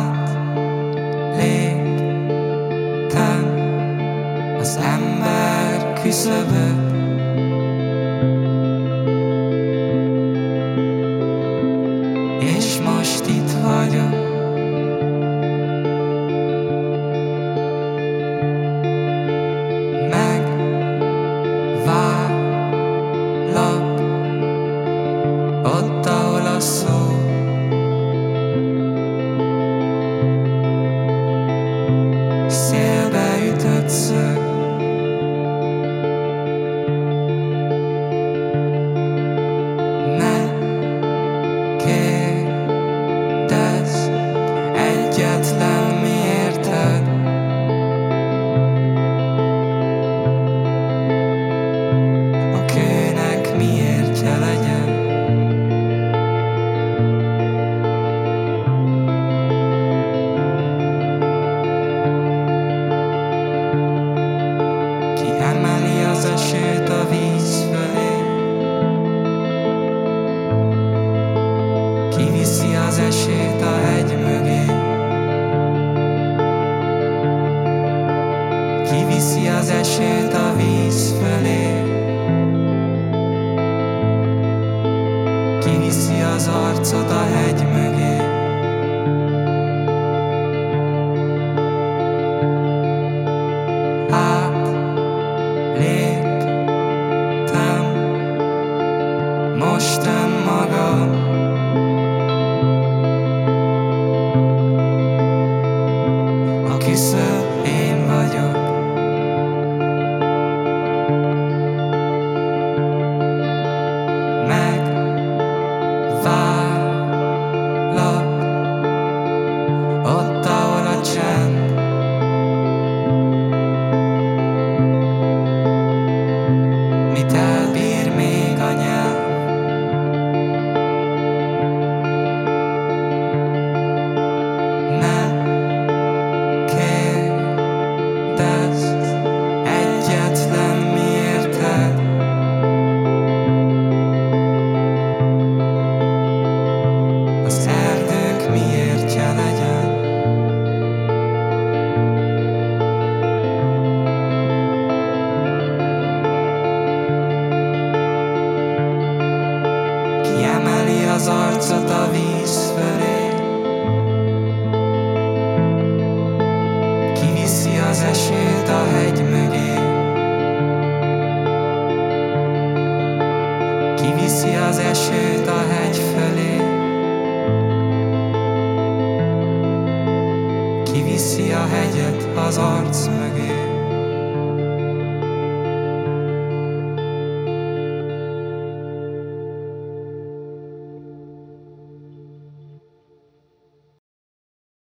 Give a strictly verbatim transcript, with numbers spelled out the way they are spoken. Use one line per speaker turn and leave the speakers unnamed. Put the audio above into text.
Átléptem az ember küszöböt, és most itt vagyok. Megvárlak ott, ahol a szó szélbe ütött szög. Ne kérdezz egyetlen miérted, a kőnek miértje legyen. Emeli az esőt a víz fölé, kiviszi az esőt a hegy mögé, kiviszi az esőt a víz fölé, kiviszi az arcot a hegy mögé. Léptem most önmagam, a küszöb én vagyok. Megvárlak ott, ahol a csend mit elbír még a nyelv. Ne kérdezz egyetlen miérted, az erdők miértje legyen. Kiemeli az arcot a víz fölé, kiviszi az esőt a hegy mögé, kiviszi az esőt a hegy fölé, kiviszi a hegyet az arc mögé.